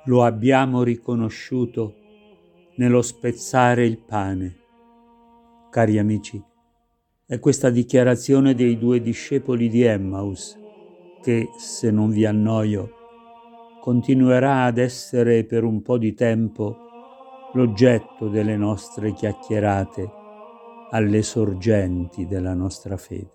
lo abbiamo riconosciuto nello spezzare il pane. Cari amici, è questa dichiarazione dei 2 discepoli di Emmaus che, se non vi annoio, continuerà ad essere per un po' di tempo l'oggetto delle nostre chiacchierate alle sorgenti della nostra fede.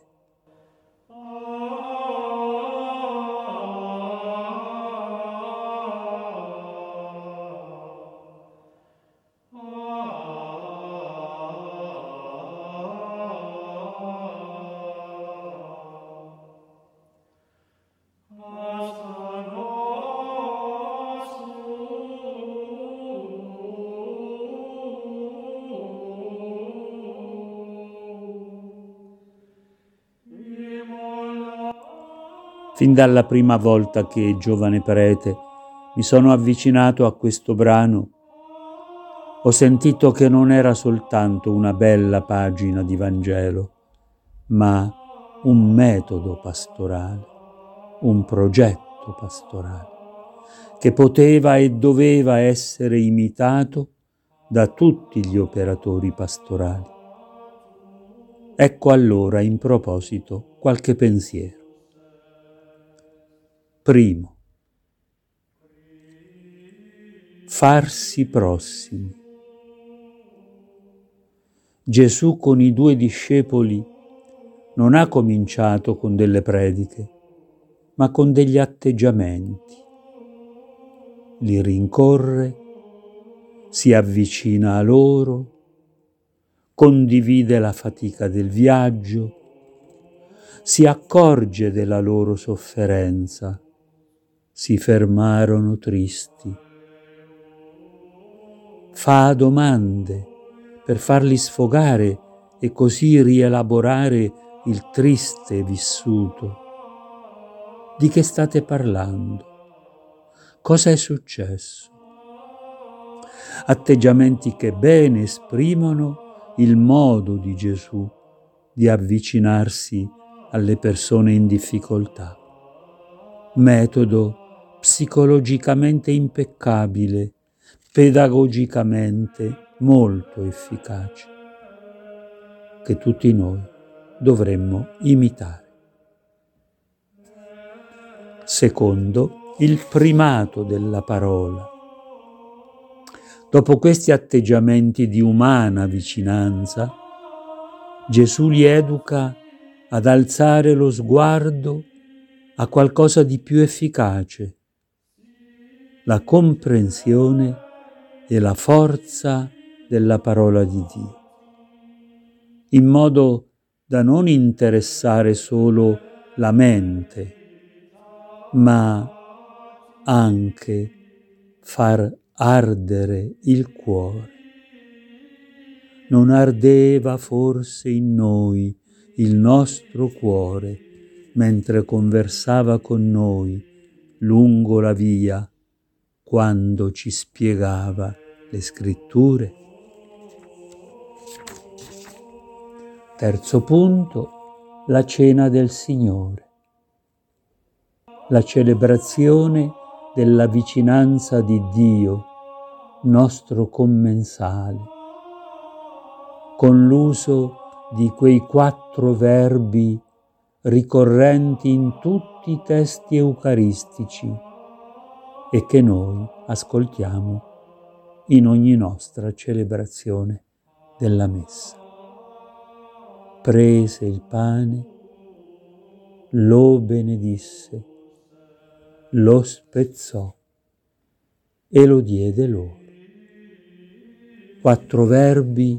Fin dalla prima volta che, giovane prete, mi sono avvicinato a questo brano, ho sentito che non era soltanto una bella pagina di Vangelo, ma un metodo pastorale, un progetto pastorale, che poteva e doveva essere imitato da tutti gli operatori pastorali. Ecco allora, in proposito, qualche pensiero. Primo, farsi prossimi. Gesù con i 2 discepoli non ha cominciato con delle prediche, ma con degli atteggiamenti. Li rincorre, si avvicina a loro, condivide la fatica del viaggio, si accorge della loro sofferenza. Si fermarono tristi. Fa domande per farli sfogare e così rielaborare il triste vissuto. Di che state parlando? Cosa è successo? Atteggiamenti che bene esprimono il modo di Gesù di avvicinarsi alle persone in difficoltà. Metodo psicologicamente impeccabile, pedagogicamente molto efficace, che tutti noi dovremmo imitare. Secondo, il primato della parola. Dopo questi atteggiamenti di umana vicinanza, Gesù li educa ad alzare lo sguardo a qualcosa di più efficace, la comprensione e la forza della parola di Dio, in modo da non interessare solo la mente, ma anche far ardere il cuore. Non ardeva forse in noi il nostro cuore mentre conversava con noi lungo la via, quando ci spiegava le scritture? Terzo punto, la cena del Signore, la celebrazione della vicinanza di Dio, nostro commensale, con l'uso di quei 4 verbi ricorrenti in tutti i testi eucaristici e che noi ascoltiamo in ogni nostra celebrazione della Messa. Prese il pane, lo benedisse, lo spezzò e lo diede loro. 4 verbi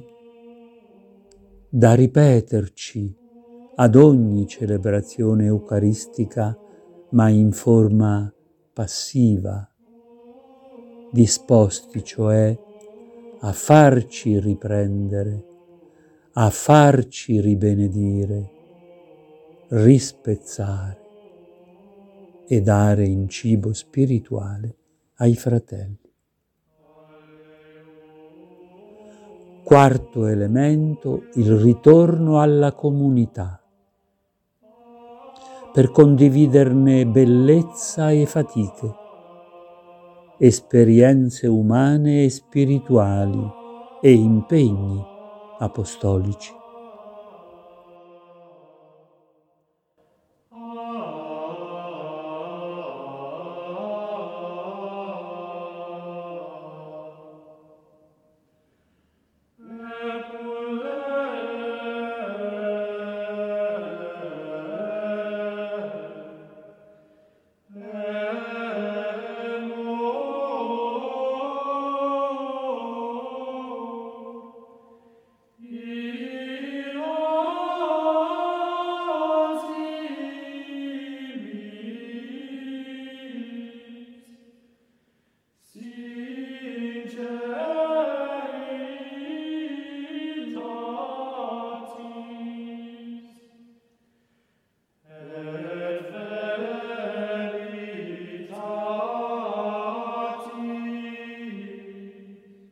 da ripeterci ad ogni celebrazione eucaristica, ma in forma passiva, disposti cioè a farci riprendere, a farci ribenedire, rispezzare e dare in cibo spirituale ai fratelli. Quarto elemento, il ritorno alla comunità, per condividerne bellezza e fatiche, esperienze umane e spirituali e impegni apostolici.